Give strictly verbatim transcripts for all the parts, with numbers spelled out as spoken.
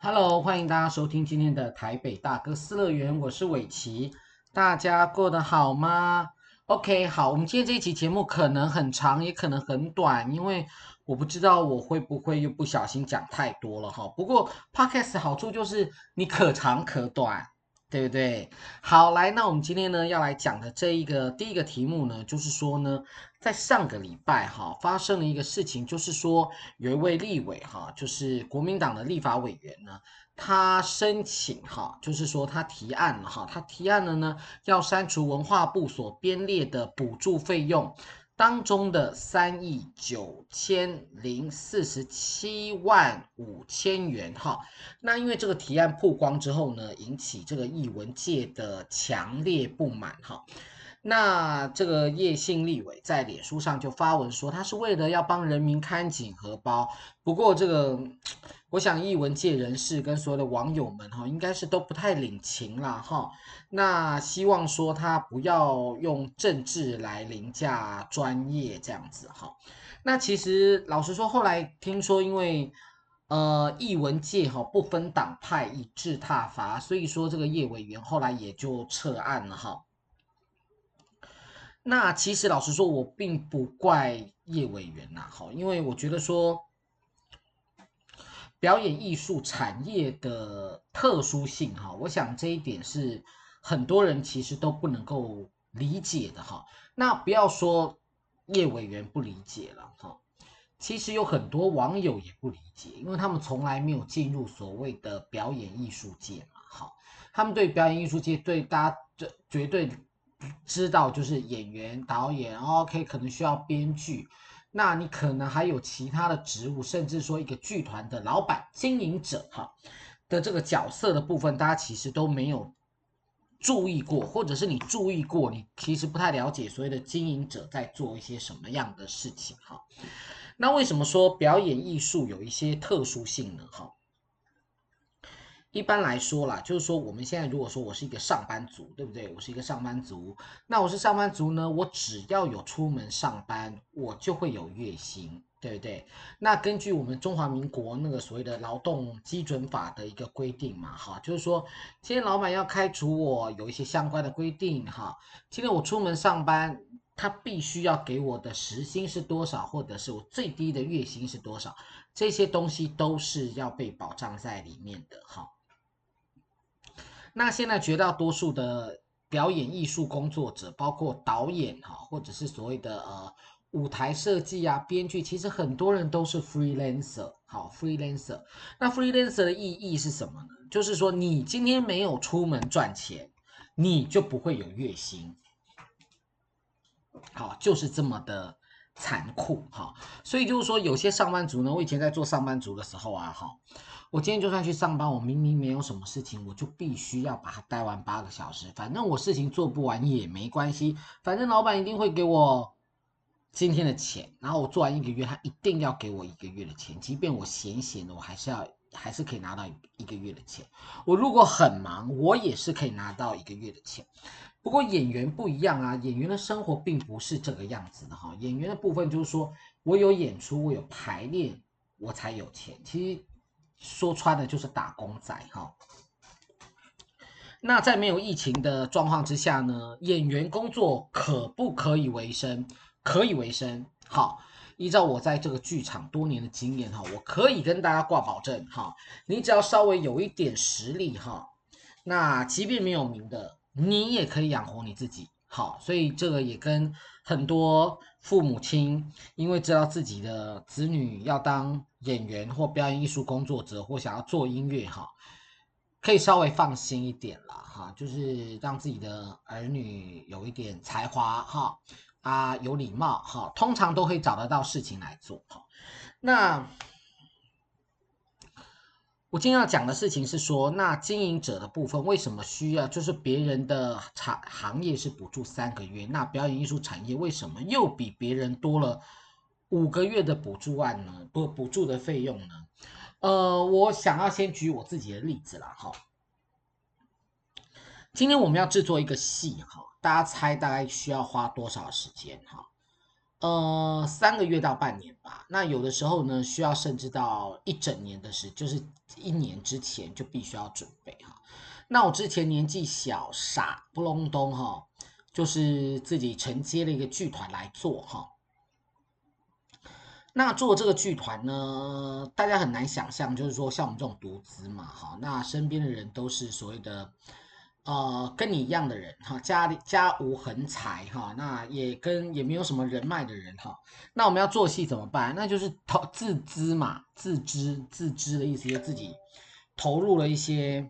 Hello，欢迎大家收听今天的台北大哥斯乐园，我是伟奇，大家过得好吗？OK，好，我们今天这一期节目可能很长，也可能很短，因为我不知道我会不会又不小心讲太多了哈。不过 Podcast 好处就是你可长可短，对不对？好，来，那我们今天呢要来讲的这一个第一个题目呢，就是说呢，在上个礼拜哈发生了一个事情，就是说有一位立委哈，就是国民党的立法委员呢，他申请哈，就是说他提案了哈，他提案了呢，要删除文化部所编列的补助费用当中的三亿九千零四十七万五千元哈。那因为这个提案曝光之后呢，引起这个艺文界的强烈不满哈。那这个叶姓立委在脸书上就发文说，他是为了要帮人民看紧荷包。不过这个，我想艺文界人士跟所有的网友们哈，应该是都不太领情啦哈。那希望说他不要用政治来凌驾专业这样子哈。那其实老实说，后来听说因为呃艺文界哈不分党派一致挞伐，所以说这个叶委员后来也就撤案了哈。那其实老实说，我并不怪叶委员呐，哈，因为我觉得说表演艺术产业的特殊性哈，我想这一点是很多人其实都不能够理解的哈。那不要说叶委员不理解了哈，其实有很多网友也不理解，因为他们从来没有进入所谓的表演艺术界嘛，哈，他们对表演艺术界对大家这绝对知道就是演员、导演，OK，可能需要编剧，那你可能还有其他的职务，甚至说一个剧团的老板、经营者哈的这个角色的部分，大家其实都没有注意过，或者是你注意过，你其实不太了解所谓的经营者在做一些什么样的事情哈。那为什么说表演艺术有一些特殊性呢？哈，一般来说啦，就是说我们现在如果说我是一个上班族，对不对？我是一个上班族，那我是上班族呢，我只要有出门上班，我就会有月薪，对不对？那根据我们中华民国那个所谓的劳动基准法的一个规定嘛，哈，就是说今天老板要开除我，有一些相关的规定哈。今天我出门上班，他必须要给我的时薪是多少，或者是我最低的月薪是多少，这些东西都是要被保障在里面的哈。那现在绝大多数的表演艺术工作者，包括导演哈，或者是所谓的呃舞台设计啊、编剧，其实很多人都是 freelancer。好，freelancer。那 freelancer 的意义是什么呢？就是说你今天没有出门赚钱，你就不会有月薪。好，就是这么的残酷哈。所以就是说，有些上班族呢，我以前在做上班族的时候啊，哈，我今天就算去上班，我明明没有什么事情，我就必须要把它待完八个小时，反正我事情做不完也没关系，反正老板一定会给我今天的钱，然后我做完一个月，他一定要给我一个月的钱，即便我闲闲的，我还是要还是可以拿到一个月的钱。我如果很忙，我也是可以拿到一个月的钱。不过演员不一样啊，演员的生活并不是这个样子的哈。演员的部分就是说我有演出，我有排练，我才有钱。其实说穿了就是打工仔哈。那在没有疫情的状况之下呢，演员工作可不可以为生？可以为生。好，依照我在这个剧场多年的经验哈，我可以跟大家挂保证哈，你只要稍微有一点实力哈，那即便没有名的，你也可以养活你自己。好，所以这个也跟很多父母亲因为知道自己的子女要当演员或表演艺术工作者，或想要做音乐哈，可以稍微放心一点了哈，就是让自己的儿女有一点才华哈啊，有礼貌哈，通常都会找得到事情来做哈。那我今天要讲的事情是说，那经营者的部分为什么需要？就是别人的产行业是补助三个月，那表演艺术产业为什么又比别人多了五个月的补助案呢？不，补助的费用呢？呃，我想要先举我自己的例子啦，哈。今天我们要制作一个戏，哈，大家猜大概需要花多少时间？哈， 呃，三个月到半年吧。那有的时候呢，需要甚至到一整年的时，就是一年之前就必须要准备哈。那我之前年纪小，傻不隆咚哈，就是自己承接了一个剧团来做哈。那做这个剧团呢，大家很难想象，就是说像我们这种独资嘛，哈，那身边的人都是所谓的，呃，跟你一样的人哈，家里家无横财哈，那也跟也没有什么人脉的人哈，那我们要做戏怎么办？那就是投自资嘛，自资自资的意思就是自己投入了一些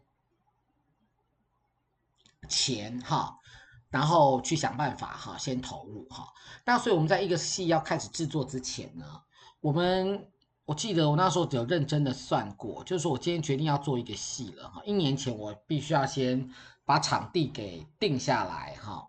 钱哈，然后去想办法哈，先投入哈。那所以我们在一个戏要开始制作之前呢，我们我记得我那时候有认真的算过，就是说我今天决定要做一个戏了哈，一年前我必须要先把场地给定下来哈，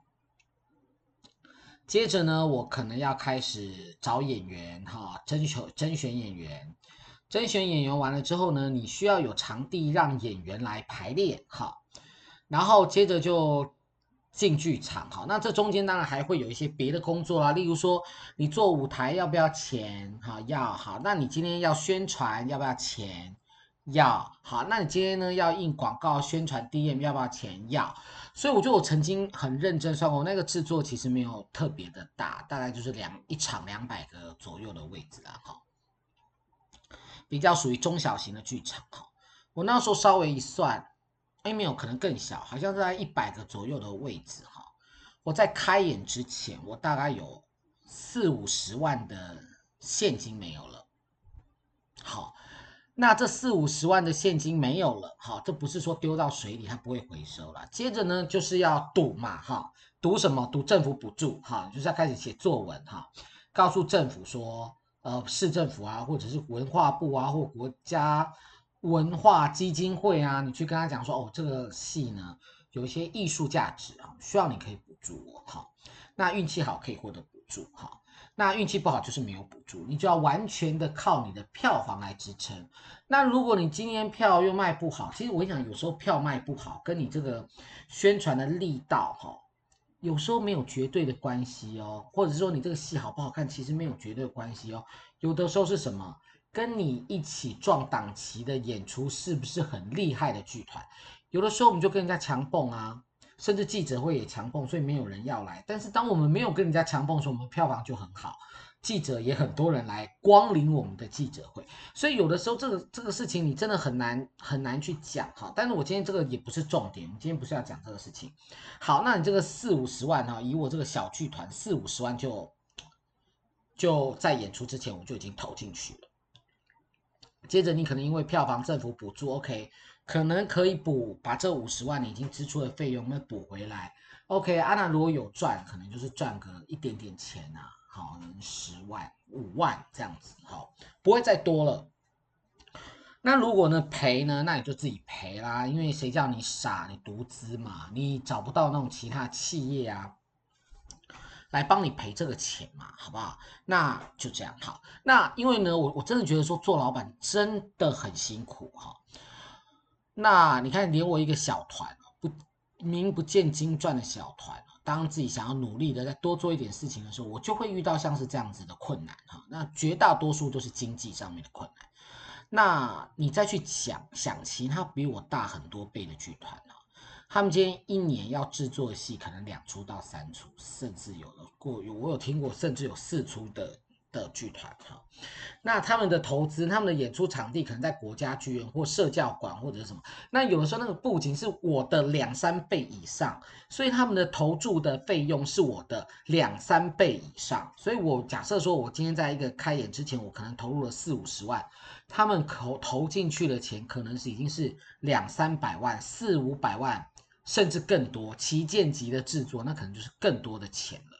接着呢，我可能要开始找演员哈，征求甄选演员，甄选演员完了之后呢，你需要有场地让演员来排练哈，然后接着就进剧场哈。那这中间当然还会有一些别的工作啦，例如说你做舞台要不要钱哈？要好，那你今天要宣传要不要钱？要好，那你今天呢要印广告宣传 D M 要不要钱？要。所以我觉得我曾经很认真算过，那个制作其实没有特别的大，大概就是两一场两百个左右的位置啦，哈，比较属于中小型的剧场哈。我那时候稍微一算，哎没有，可能更小，好像是在一百个左右的位置哈。我在开演之前，我大概有四五十万的现金没有了。好，那这四五十万的现金没有了，好，这不是说丢到水里它不会回收了。接着呢，就是要赌嘛，哈，赌什么？赌政府补助，哈，就是要开始写作文，哈，告诉政府说，呃，市政府啊，或者是文化部啊，或国家文化基金会啊，你去跟他讲说，哦，这个戏呢有一些艺术价值啊，希望你可以补助我，哈，那运气好可以获得补助，哈。那运气不好就是没有补助，你就要完全的靠你的票房来支撑。那如果你今天票又卖不好，其实我跟你讲，有时候票卖不好跟你这个宣传的力道哈、哦，有时候没有绝对的关系哦，或者是说你这个戏好不好看，其实没有绝对的关系哦。有的时候是什么？跟你一起撞档期的演出是不是很厉害的剧团？有的时候我们就跟人家强蹦啊。甚至记者会也强蹦，所以没有人要来。但是当我们没有跟人家强蹦的时候，我们票房就很好，记者也很多人来光临我们的记者会。所以有的时候这个这个事情你真的很难很难去讲哈。但是我今天这个也不是重点，我们今天不是要讲这个事情。好，那你这个四五十万哈，以我这个小剧团四五十万就就在演出之前我就已经投进去了。接着你可能因为票房政府补助 ，OK， 可能可以补把这五十万你已经支出的费用那补回来 ，OK， 啊那如果有赚，可能就是赚个一点点钱啊，好，十万、五万这样子，好，不会再多了。那如果呢赔呢，那你就自己赔啦，因为谁叫你傻，你独资嘛，你找不到那种其他企业啊。来帮你赔这个钱嘛，好不好？那就这样好。那因为呢，我我真的觉得说做老板真的很辛苦哈。那你看，连我一个小团不名不见经传的小团，当自己想要努力的再多做一点事情的时候，我就会遇到像是这样子的困难哈。那绝大多数都是经济上面的困难。那你再去想想其他比我大很多倍的剧团啊，他们今天一年要制作的戏可能两出到三出，甚至有的过有我有听过，甚至有四出的的剧团哈。那他们的投资，他们的演出场地可能在国家剧院或社教馆或者是什么。那有的时候那个布景是我的两三倍以上，所以他们的投注的费用是我的两三倍以上。所以我假设说我今天在一个开演之前，我可能投入了四五十万，他们投投进去的钱可能是已经是两三百万、四五百万。甚至更多旗舰级的制作，那可能就是更多的钱了。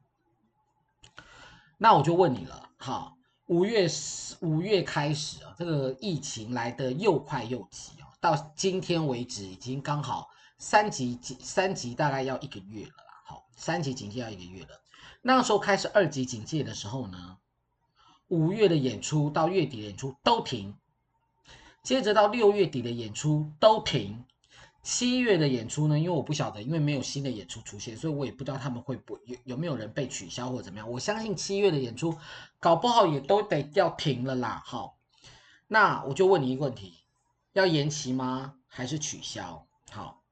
那我就问你了，哈，五月五月开始啊，这个疫情来得又快又急哦，到今天为止已经刚好三级三级大概要一个月了啦，好，三级警戒要一个月了。那时候开始二级警戒的时候呢，五月的演出到月底的演出都停，接着到六月底的演出都停。 七月的演出呢，因为我不晓得，因为没有新的演出出现，所以我也不知道他们会不有有没有人被取消或者怎么样。我相信七月的演出搞不好也都得要停了啦。好，那我就问你一个问题：要延期吗？还是取消？好，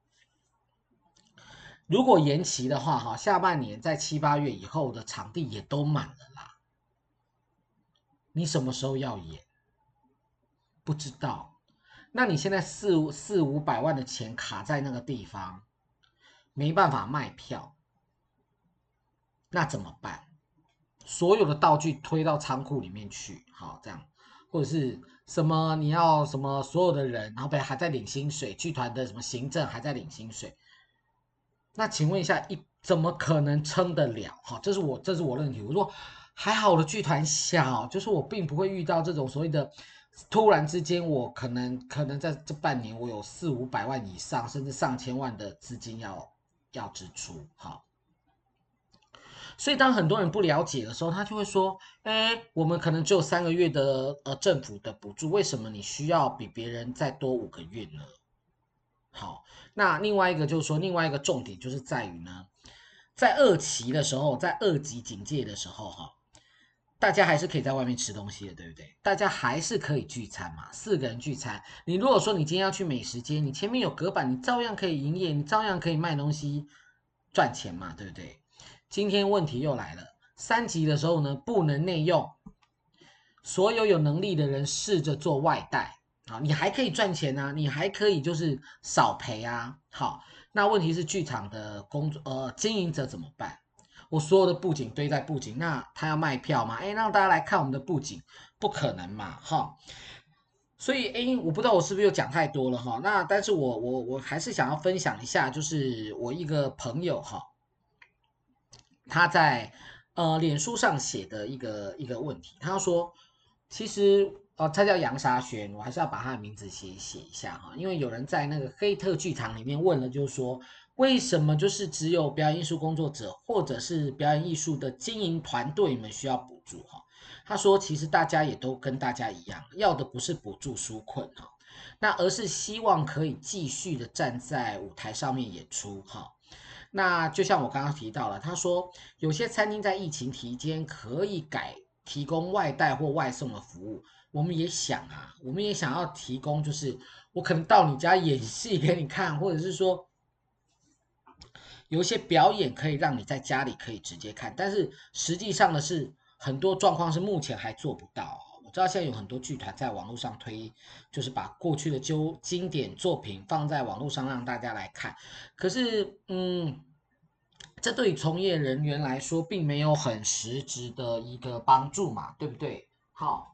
如果延期的话，哈，下半年在七八月以后的场地也都满了啦。你什么时候要演？不知道。那你现在四四五百万的钱卡在那个地方，没办法卖票，那怎么办？所有的道具推到仓库里面去，好，这样，或者是什么你要什么所有的人，然后还在领薪水，剧团的什么行政还在领薪水，那请问一下，一怎么可能撑得了？哈，这是我这是我的问题。我说还好我的剧团小，就是我并不会遇到这种所谓的突然之间，我可能可能在这半年我有四五百万以上，甚至上千万的资金要要支出。好，所以当很多人不了解的时候，他就会说：哎，我们可能只有三个月的呃政府的补助，为什么你需要比别人再多五个月呢？好，那另外一个就是说，另外一个重点就是在于呢，在二期的时候，在二级警戒的时候，哈，大家还是可以在外面吃东西的，对不对？大家还是可以聚餐嘛，四个人聚餐。你如果说你今天要去美食街，你前面有隔板，你照样可以营业，你照样可以卖东西赚钱嘛，对不对？今天问题又来了，三级的时候呢，不能内用，所有有能力的人试着做外带。啊，你还可以赚钱啊，你还可以就是少赔啊。好，那问题是剧场的工作呃经营者怎么办？我所有的布景堆在布景，那他要卖票吗？哎，让大家来看我们的布景，不可能嘛，哈。所以，哎，我不知道我是不是又讲太多了哈。那但是我我我还是想要分享一下，就是我一个朋友哈，他在呃脸书上写的一个一个问题，他说，其实呃他叫杨沙轩，我还是要把他的名字写写一下哈，因为有人在那个黑特剧场里面问了，就是说为什么就是只有表演艺术工作者或者是表演艺术的经营团队们需要补助哈？他说其实大家也都跟大家一样，要的不是补助纾困哈，那而是希望可以继续的站在舞台上面演出哈。那就像我刚刚提到了，他说有些餐厅在疫情期间可以改提供外带或外送的服务，我们也想啊，我们也想要提供，就是我可能到你家演戏给你看，或者是说有一些表演可以让你在家里可以直接看，但是实际上的是很多状况是目前还做不到。我知道现在有很多剧团在网络上推，就是把过去的旧经典作品放在网络上让大家来看，可是嗯。这对从业人员来说，并没有很实质的一个帮助嘛，对不对？好，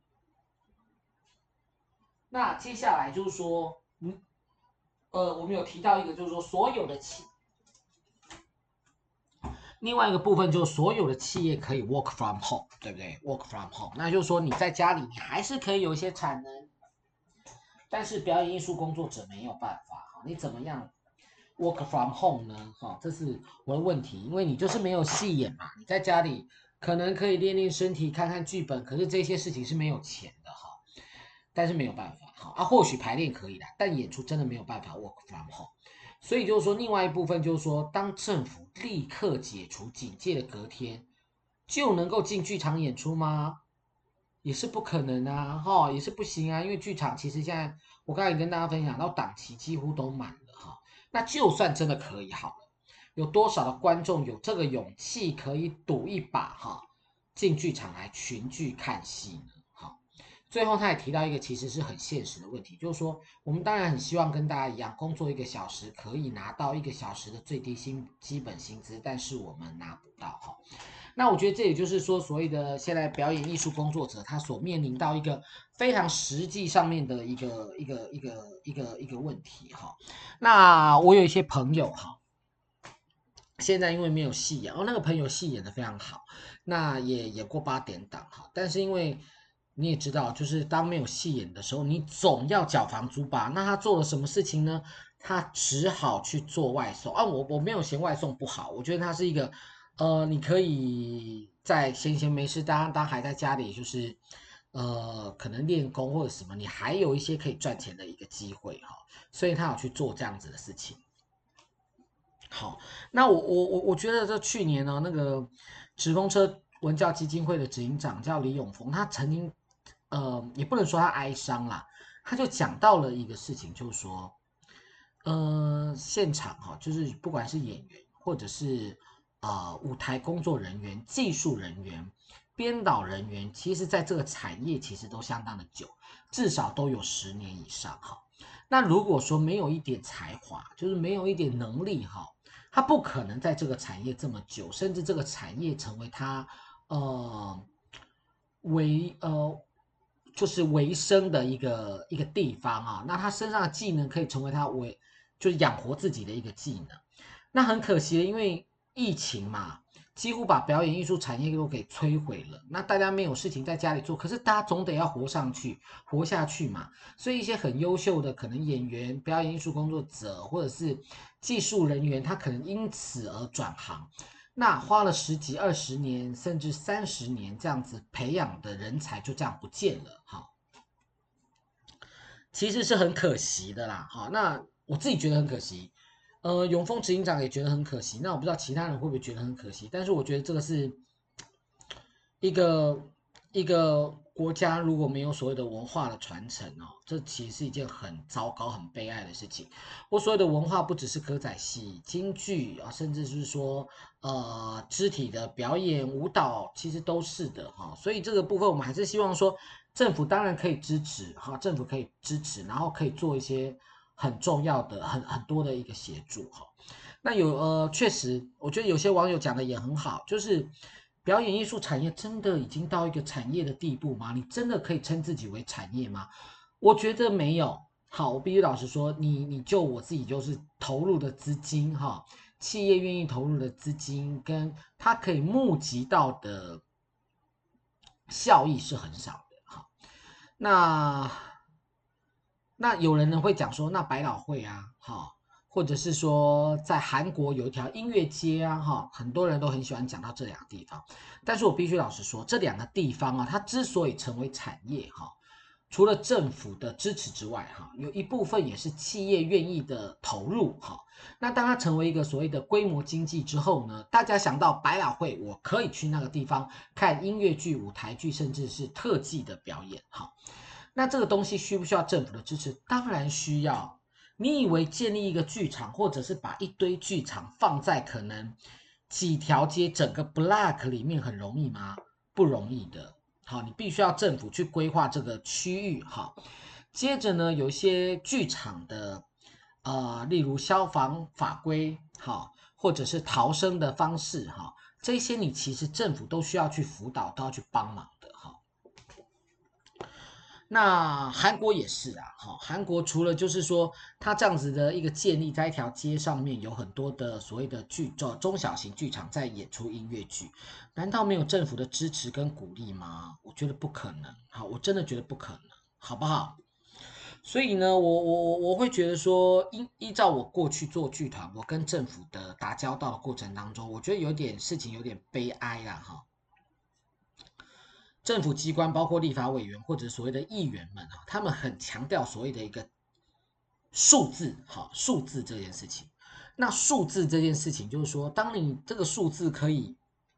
那接下来就是说，嗯，呃，我们有提到一个，就是说所有的企，另外一个部分就是所有的企业可以 work from home，对不对？work from home，那就是说你在家里，你还是可以有一些产能，但是表演艺术工作者没有办法，哈，你怎么样 work from home 呢？哈，这是我的问题，因为你就是没有戏演嘛，你在家里可能可以练练身体，看看剧本，可是这些事情是没有钱的哈，但是没有办法，哈啊，或许排练可以啦，但演出真的没有办法 work from home，所以就是说，另外一部分就是说，当政府立刻解除警戒的隔天，就能够进剧场演出吗？也是不可能啊，哈，也是不行啊，因为剧场其实现在我刚才也跟大家分享到档期几乎都满了哈，那就算真的可以好了，有多少的观众有这个勇气可以赌一把哈，进剧场来群聚看戏呢？好，最后他也提到一个其实是很现实的问题，就是说我们当然很希望跟大家一样，工作一个小时可以拿到一个小时的最低薪基本薪资，但是我们拿不到哈。那我觉得这也就是说，所谓的现在表演艺术工作者他所面临到一个非常实际上面的一个一个一个一个一个问题哈。那我有一些朋友哈，现在因为没有戏演，哦，那个朋友戏演的非常好，那也演过八点档哈，但是因为你也知道，就是当没有戏演的时候，你总要缴房租吧？那他做了什么事情呢？他只好去做外送啊！我我没有嫌外送不好，我觉得他是一个，呃，你可以在闲闲没事，当当还在家里就是呃，可能练功或者什么，你还有一些可以赚钱的一个机会哈，所以他有去做这样子的事情。好，那我我我我觉得这去年呢，那个直通车文教基金会的执行长叫李永峰，他曾经呃，也不能说他哀伤啦，他就讲到了一个事情，就是说，呃，现场哈、就是不管是演员或者是呃舞台工作人员、技术人员、编导人员，其实在这个产业其实都相当的久，至少都有十年以上哈。那如果说没有一点才华，就是没有一点能力哈，他不可能在这个产业这么久，甚至这个产业成为他呃为呃就是维生的一个一个地方啊。那他身上的技能可以成为他为就是养活自己的一个技能。那很可惜的，因为疫情嘛，几乎把表演艺术产业都给摧毁了。那大家没有事情在家里做，可是大家总得要活上去、活下去嘛。所以一些很优秀的可能演员、表演艺术工作者或者是技术人员，他可能因此而转行。那花了十几、二十年，甚至三十年这样子培养的人才，就这样不见了，哈，其实是很可惜的啦，哈。那我自己觉得很可惜，呃，永丰执行长也觉得很可惜。那我不知道其他人会不会觉得很可惜，但是我觉得这个是一个一个国家如果没有所谓的文化的传承哦，这其实是一件很糟糕、很悲哀的事情。我所谓的文化不只是歌仔戏、京剧啊，甚至是说呃肢体的表演、舞蹈，其实都是的哈。所以这个部分我们还是希望说，政府当然可以支持哈，政府可以支持，然后可以做一些很重要的、很很多的一个协助哈。那有呃，确实，我觉得有些网友讲的也很好，就是表演艺术产业真的已经到一个产业的地步吗？你真的可以称自己为产业吗？我觉得没有。好，我必须老实说，你你就我自己就是投入的资金哈，企业愿意投入的资金跟它可以募集到的效益是很少的哈。那那有人呢会讲说，那百老汇啊，哈，或者是说在韩国有一条音乐街啊，哈，很多人都很喜欢讲到这两个地方。但是我必须老实说，这两个地方啊，它之所以成为产业，哈，除了政府的支持之外，哈，有一部分也是企业愿意的投入，哈。那当它成为一个所谓的规模经济之后呢，大家想到百老汇，我可以去那个地方看音乐剧、舞台剧，甚至是特技的表演，哈。那这个东西需不需要政府的支持？当然需要。你以为建立一个剧场，或者是把一堆剧场放在可能几条街整个 block 里面很容易吗？不容易的。好，你必须要政府去规划这个区域。好，接着呢，有一些剧场的，呃，例如消防法规，好，或者是逃生的方式，哈，这些你其实政府都需要去辅导，都要去帮忙的，哈。那韩国也是啊，好，韩国除了就是说它这样子的一个建立在一条街上面，有很多的所谓的剧中中小型剧场在演出音乐剧，难道没有政府的支持跟鼓励吗？我觉得不可能，好，我真的觉得不可能，好不好？所以呢，我我我我会觉得说，依依照我过去做剧团，我跟政府的打交道的过程当中，我觉得有点事情有点悲哀啦，哈。政府机关包括立法委员或者所谓的议员们啊，他们很强调所谓的一个数字，好，数字这件事情。那数字这件事情，就是说，当你这个数字可以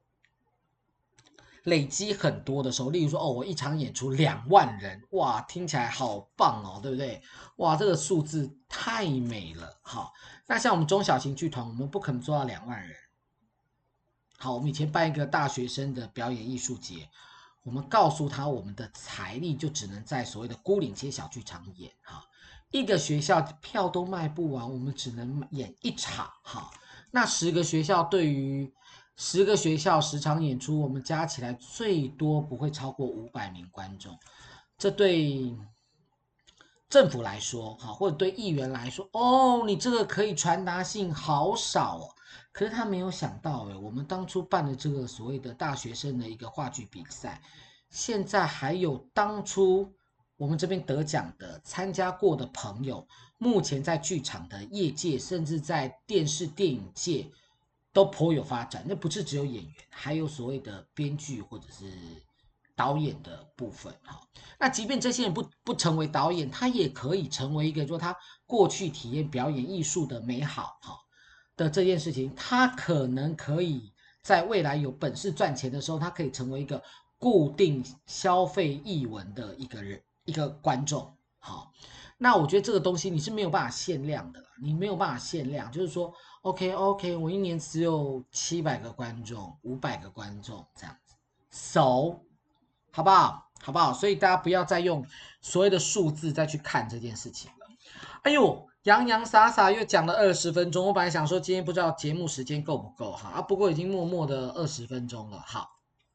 累积很多的时候，例如说，哦，我一场演出两万人，哇，听起来好棒哦，对不对？哇，这个数字太美了，好。那像我们中小型剧团，我们不可能做到两万人。好，我们以前办一个大学生的表演艺术节，我们告诉他我们的财力就只能在所谓的孤岭街小剧场演哈，一个学校票都卖不完，我们只能演一场哈。那十个学校对于十个学校十场演出，我们加起来最多不会超过五百名观众，这对政府来说，哈，或者对议员来说，哦，你这个可以传达性好少哦。可是他没有想到，哎，我们当初办的这个所谓的大学生的一个话剧比赛，现在还有当初我们这边得奖的参加过的朋友，目前在剧场的业界，甚至在电视电影界都颇有发展。那不是只有演员，还有所谓的编剧或者是导演的部分哈。那即便这些人不不成为导演，他也可以成为一个，说他过去体验表演艺术的美好哈的这件事情，他可能可以在未来有本事赚钱的时候，他可以成为一个固定消费艺文的一个人一个观众。好，那我觉得这个东西你是没有办法限量的，你没有办法限量，就是说 OK OK， 我一年只有七百个观众、五百个观众这样子，so 好不好？好不好？所以大家不要再用所谓的数字再去看这件事情了。哎呦，洋洋洒洒又讲了二十分钟，我本来想说今天不知道节目时间够不够哈啊，不过已经默默的二十分钟了。好，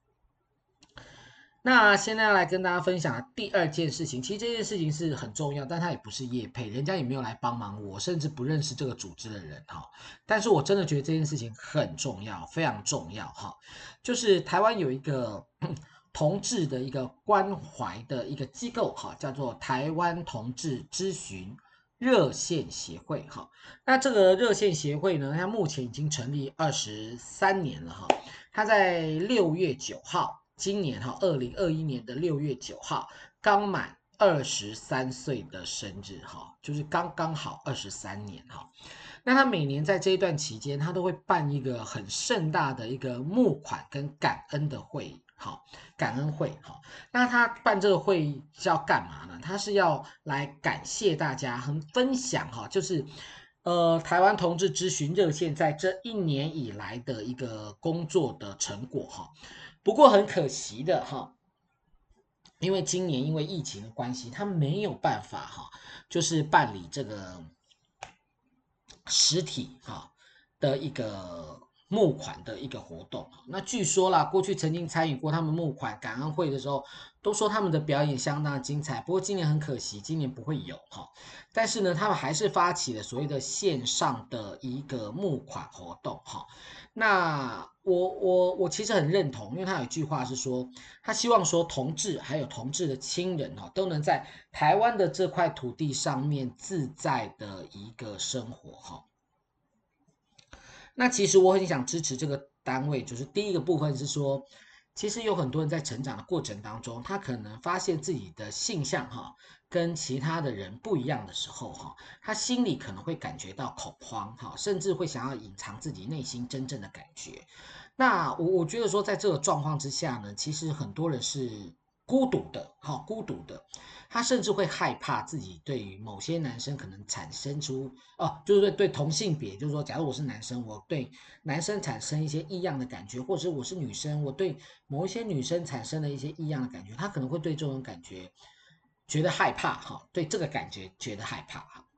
那现在来跟大家分享第二件事情，其实这件事情是很重要，但它也不是业配，人家也没有来帮忙我，甚至不认识这个组织的人哈。但是我真的觉得这件事情很重要，非常重要哈。就是台湾有一个同志的一个关怀的一个机构哈，叫做台湾同志咨询热线协会哈。那这个热线协会呢，它目前已经成立二十三年了哈。它在六月九号。今年哈，二零二一年的六月九号刚满二十三岁的生日哈，就是刚刚好二十三年哈。那他每年在这一段期间，他都会办一个很盛大的一个募款跟感恩的会议，好，感恩会哈。那他办这个会议是要干嘛呢？他是要来感谢大家，很分享哈，就是呃台湾同志咨询热线在这一年以来的一个工作的成果哈。不过很可惜的哈，因为今年因为疫情的关系，他没有办法哈，就是办理这个实体哈的一个募款的一个活动。那据说啦，过去曾经参与过他们募款感恩会的时候，都说他们的表演相当精彩。不过今年很可惜，今年不会有哈。但是呢，他们还是发起了所谓的线上的一个募款活动哈。那我我我其实很认同，因为他有一句话是说，他希望说同志还有同志的亲人哈，都能在台湾的这块土地上面自在的一个生活哈。那其实我很想支持这个单位，就是第一个部分是说，其实有很多人在成长的过程当中，他可能发现自己的性向哈跟其他的人不一样的时候哈，他心里可能会感觉到恐慌哈，甚至会想要隐藏自己内心真正的感觉。那我我觉得说，在这个状况之下呢，其实很多人是孤独的，哈，孤独的，他甚至会害怕自己对于某些男生可能产生出哦，就是对同性别，就是说，假如我是男生，我对男生产生一些异样的感觉，或者是我是女生，我对某一些女生产生了一些异样的感觉，他可能会对这种感觉觉得害怕，哈，对这个感觉觉得害怕，哈。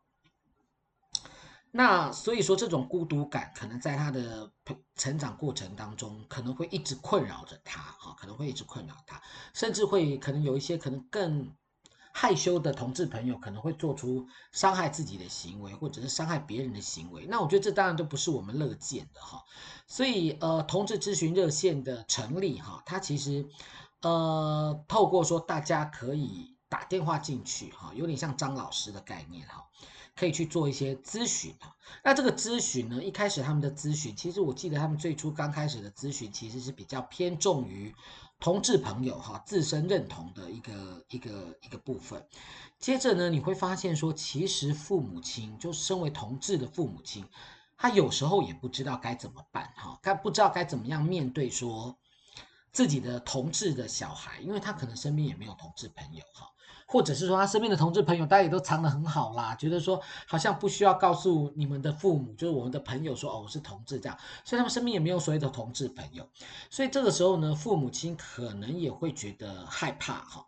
那所以说，这种孤独感可能在他的成长过程当中，可能会一直困扰着他，哈，可能会一直困扰他，甚至会可能有一些可能更害羞的同志朋友，可能会做出伤害自己的行为，或者是伤害别人的行为。那我觉得这当然都不是我们乐见的，哈。所以，呃，同志咨询热线的成立，哈，它其实，呃，透过说大家可以打电话进去，哈，有点像张老师的概念，哈。可以去做一些咨询。那这个咨询呢，一开始他们的咨询，其实我记得他们最初刚开始的咨询其实是比较偏重于同志朋友哈自身认同的一个一个一个部分。接着呢，你会发现说，其实父母亲就身为同志的父母亲，他有时候也不知道该怎么办哈，该不知道该怎么样面对说自己的同志的小孩，因为他可能身边也没有同志朋友哈。或者是说他身边的同志朋友，大家也都藏得很好啦，觉得说好像不需要告诉你们的父母，就是我们的朋友说哦我是同志这样，所以他们身边也没有所谓的同志朋友，所以这个时候呢，父母亲可能也会觉得害怕哈。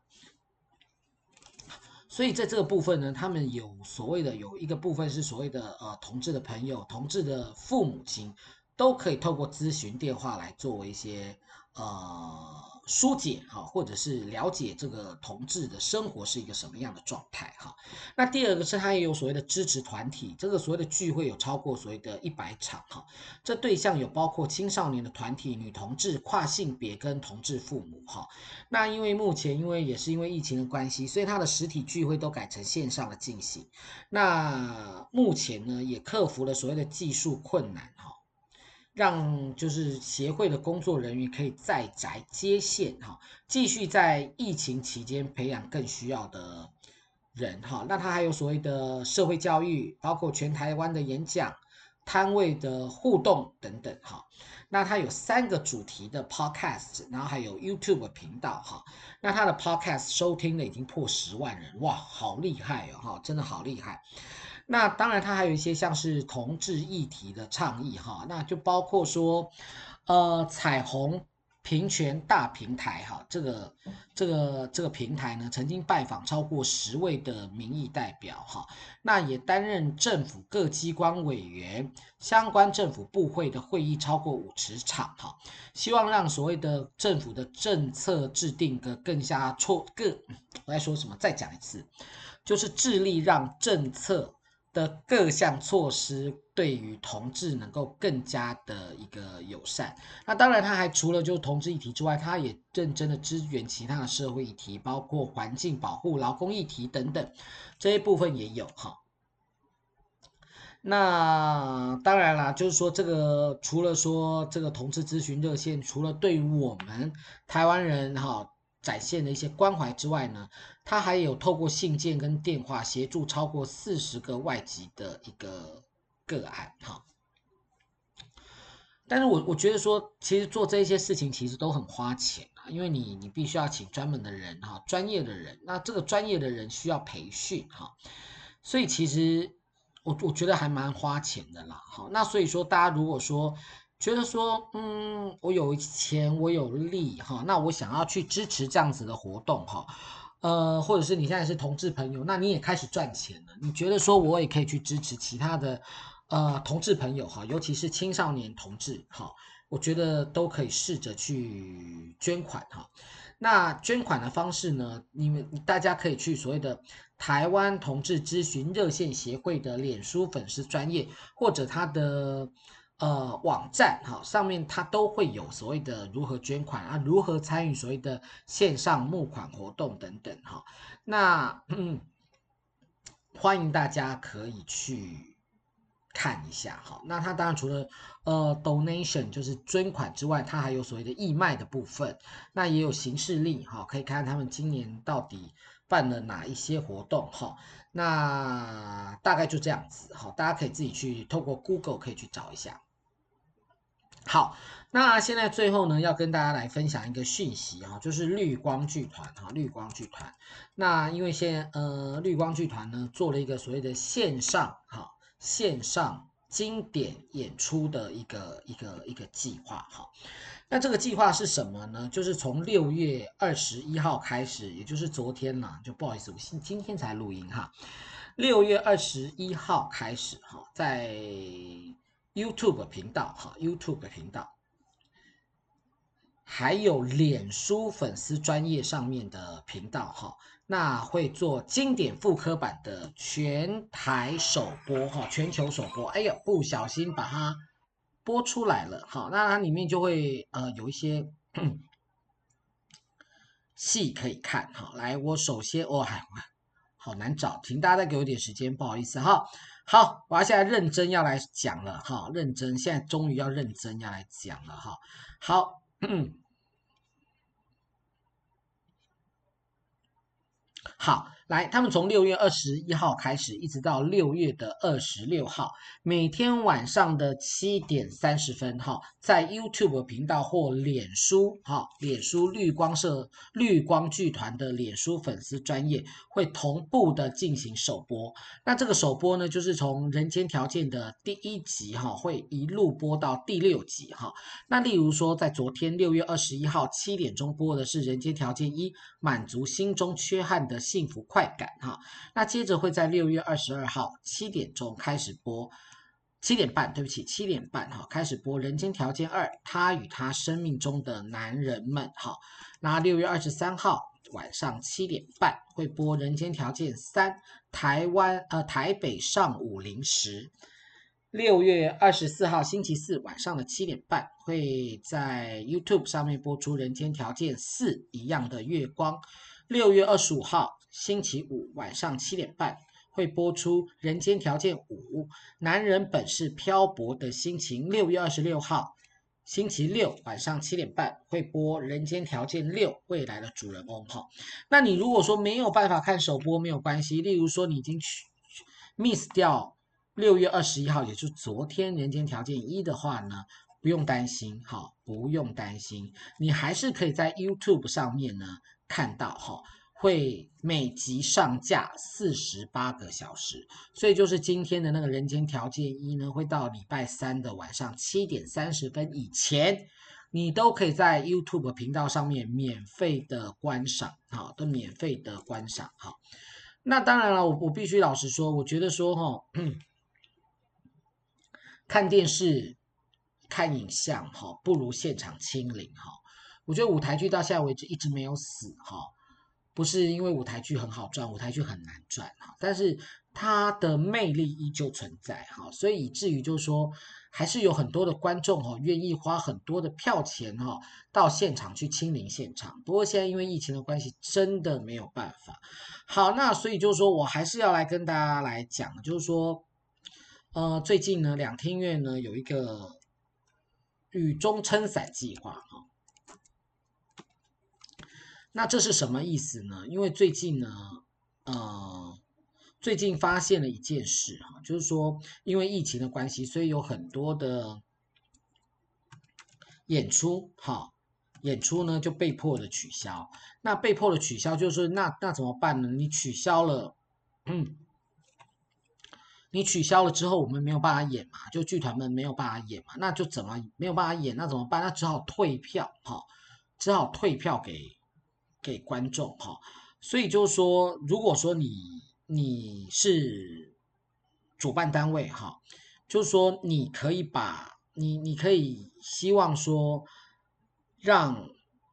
所以在这个部分呢，他们有所谓的有一个部分是所谓的呃同志的朋友、同志的父母亲，都可以透过咨询电话来作为一些呃疏解哈，或者是了解这个同志的生活是一个什么样的状态哈。那第二个是他也有所谓的支持团体，这个所谓的聚会有超过所谓的一百场哈，这对象有包括青少年的团体、女同志、跨性别跟同志父母哈。那因为目前因为也是因为疫情的关系，所以他的实体聚会都改成线上的进行。那目前呢也克服了所谓的技术困难哈。 让就是协会的工作人员可以在宅接线哈，继续在疫情期间培养更需要的人哈。那他还有所谓的社会教育，包括全台湾的演讲、摊位的互动等等哈。那它有三个主题的 podcast，然后还有 YouTube 频道哈。那它的 podcast 收听的已经破十万人，哇，好厉害哦哈，真的好厉害。那当然，它还有一些像是同志议题的倡议哈，那就包括说，呃，彩虹平权大平台哈，这个这个这个平台呢，曾经拜访超过十位的民意代表哈，那也担任政府各机关委员，相关政府部会的会议超过五十场哈，希望让所谓的政府的政策制定个更加错更，我在说什么？再讲一次，就是致力让政策的各项措施对于同志能够更加的一个友善。那当然，他还除了就同志议题之外，他也认真的支援其他的社会议题，包括环境保护、劳工议题等等，这一部分也有哈。那当然啦，就是说这个除了说这个同志咨询热线，除了对于我们台湾人哈展现的一些关怀之外呢，他还有透过信件跟电话协助超过四十个外籍的一个个案哈。但是我我觉得说，其实做这些事情其实都很花钱啊，因为你你必须要请专门的人哈，专业的人，那这个专业的人需要培训哈，所以其实我我觉得还蛮花钱的啦。好，那所以说大家如果说觉得说，嗯，我有钱我有力哈，那我想要去支持这样子的活动哈，呃，或者是你现在是同志朋友，那你也开始赚钱了，你觉得说我也可以去支持其他的呃同志朋友哈，尤其是青少年同志哈，我觉得都可以试着去捐款哈。那捐款的方式呢，你们大家可以去所谓的台湾同志咨询热线协会的脸书粉丝专页，或者他的呃网站哈，上面它都会有所谓的如何捐款啊，如何参与所谓的线上募款活动等等哈。那嗯，欢迎大家可以去看一下哈。那它当然除了呃 donation 就是捐款之外，它还有所谓的义卖的部分，那也有行事历哈，可以看他们今年到底办了哪一些活动哈。那大概就这样子哈，大家可以自己去透过 Google 可以去找一下。好，那现在最后呢，要跟大家来分享一个讯息哈，就是绿光剧团哈，绿光剧团。那因为现呃绿光剧团呢做了一个所谓的线上哈线上经典演出的一个一个一个计划哈。那这个计划是什么呢？就是从六月二十一号开始，也就是昨天啦，就不好意思，我今今天才录音哈。六月二十一号开始哈，在 YouTube 频道哈，YouTube 频道，还有脸书粉丝专业上面的频道哈，那会做经典复刻版的全台首播哈，全球首播。哎呀，不小心把它播出来了哈，那它里面就会呃有一些戏可以看哈。来，我首先哦还好难找，请大家再给我一点时间，不好意思哈。好，我要现在认真要来讲了哈，认真，现在终于要认真要来讲了哈。好，嗯，好，来，他们从六月二十一号开始，一直到六月的二十六号，每天晚上的七点三十分，哈，在 YouTube 频道或脸书，哈，脸书绿光社绿光剧团的脸书粉丝专业会同步的进行首播。那这个首播呢，就是从人间条件的第一集，哈，会一路播到第六集，哈。那例如说，在昨天六月二十一号七点钟播的是人间条件一，满足心中缺憾的幸福快感哈。那接着会在六月二十二号七点钟开始播，七点半，对不起，七点半哈开始播《人间条件二》，他与他生命中的男人们哈。那六月二十三号晚上七点半会播《人间条件三》，台湾呃台北上午零时。六月二十四号星期四晚上的七点半，会在 YouTube 上面播出《人间条件四》一样的月光。六月二十五号星期五晚上七点半， 会播出《人间条件五》，男人本是漂泊的心情。六月二十六号，星期六晚上七点半会播《人间条件六》，未来的主人翁哈。那你如果说没有办法看首播，没有关系。例如说你已经去 miss 掉六月二十一号，也就是昨天《人间条件一》的话呢，不用担心哈，不用担心，你还是可以在 YouTube 上面呢看到哈。会每集上架四十八个小时，所以就是今天的那个人间条件一呢，会到礼拜三的晚上七点三十分以前，你都可以在 YouTube 频道上面免费的观赏，好，都免费的观赏，好。那当然了，我我必须老实说，我觉得说哈，看电视、看影像哈，不如现场亲临哈。我觉得舞台剧到现在为止一直没有死哈。不是因为舞台剧很好赚，舞台剧很难赚哈，但是它的魅力依旧存在哈，所以以至于就是说，还是有很多的观众哈，愿意花很多的票钱哈，到现场去亲临现场。不过现在因为疫情的关系，真的没有办法。好，那所以就是说我还是要来跟大家来讲，就是说，呃，最近呢，两厅院呢有一个雨中撑伞计划哈。那这是什么意思呢？因为最近呢，呃，最近发现了一件事哈，就是说因为疫情的关系，所以有很多的演出哈，演出呢就被迫的取消。那被迫的取消，就是那那怎么办呢？你取消了，嗯，你取消了之后，我们没有办法演嘛，就剧团们没有办法演嘛，那就怎么没有办法演？那怎么办？那只好退票哈，只好退票给。给观众哈，所以就是说，如果说你你是主办单位哈，就是说你可以把你你可以希望说让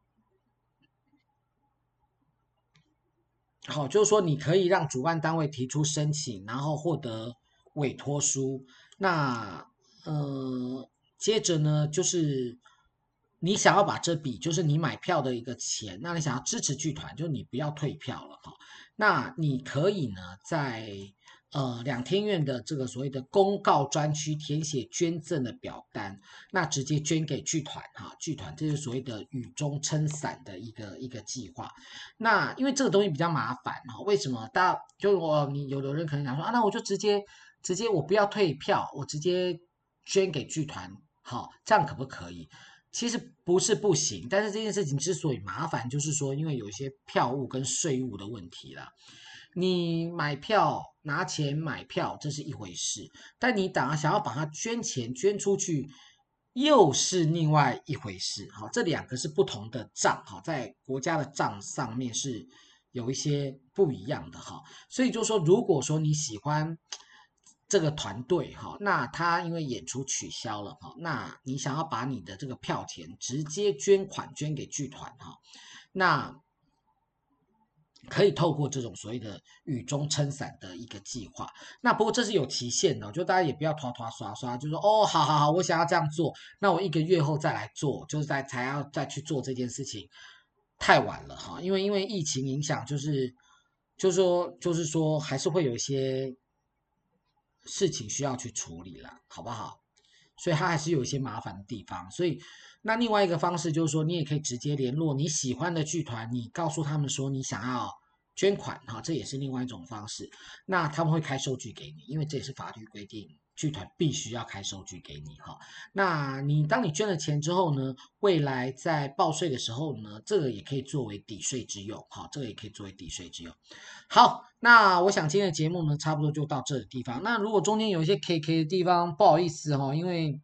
好，就是说你可以让主办单位提出申请，然后获得委托书。那呃，接着呢，就是你想要把这笔就是你买票的一个钱，那你想要支持剧团，就是你不要退票了哈。那你可以呢，在呃两天院的这个所谓的公告专区填写捐赠的表单，那直接捐给剧团哈，剧团这是所谓的雨中撑伞的一个一个计划。那因为这个东西比较麻烦哈，为什么？大家就我你有的人可能想说啊，那我就直接直接我不要退票，我直接捐给剧团，好，这样可不可以？其实不是不行，但是这件事情之所以麻烦，就是说因为有一些票务跟税务的问题啦。你买票拿钱买票这是一回事，但你打想要把它捐钱捐出去，又是另外一回事。好，这两个是不同的账，哈，在国家的账上面是有一些不一样的哈。所以就说，如果说你喜欢这个团队哈，那他因为演出取消了哈，那你想要把你的这个票钱直接捐款捐给剧团哈，那可以透过这种所谓的雨中撑伞的一个计划。那不过这是有期限的，就大家也不要拖拖刷刷，就说哦，好好好，我想要这样做，那我一个月后再来做，就是在才要再去做这件事情，太晚了哈。因为因为疫情影响，就是就是说就是说还是会有一些事情需要去处理了，好不好？所以它还是有一些麻烦的地方。所以那另外一个方式就是说，你也可以直接联络你喜欢的剧团，你告诉他们说你想要捐款哈，这也是另外一种方式。那他们会开收据给你，因为这也是法律规定，剧团必须要开收据给你哈。那你当你捐了钱之后呢，未来在报税的时候呢，这个也可以作为抵税之用哈，这个也可以作为抵税之用。好，那我想今天的节目呢，差不多就到这个地方。那如果中间有一些 K K 的地方，不好意思哈，因为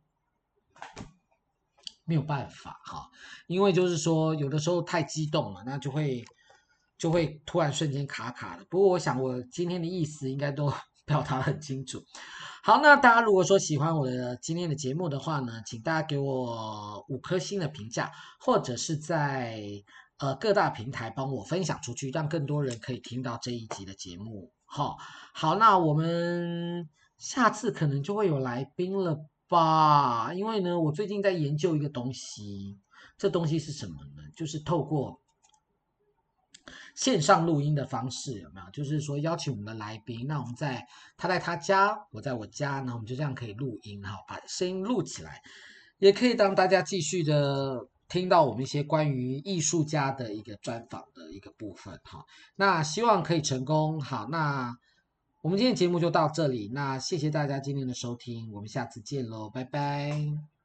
没有办法哈，因为就是说有的时候太激动了，那就会就会突然瞬间卡卡的。不过我想我今天的意思应该都表达很清楚。好，那大家如果说喜欢我的今天的节目的话呢，请大家给我五颗星的评价，或者是在呃各大平台帮我分享出去，让更多人可以听到这一集的节目。好，好，那我们下次可能就会有来宾了吧？因为呢，我最近在研究一个东西，这东西是什么呢？就是透过线上录音的方式，有没有？就是说邀请我们的来宾，那我们在他在他家，我在我家，那我们就这样可以录音哈，把声音录起来，也可以让大家继续的听到我们一些关于艺术家的一个专访的一个部分哈。那希望可以成功。好，那我们今天节目就到这里，那谢谢大家今天的收听，我们下次见喽，拜拜。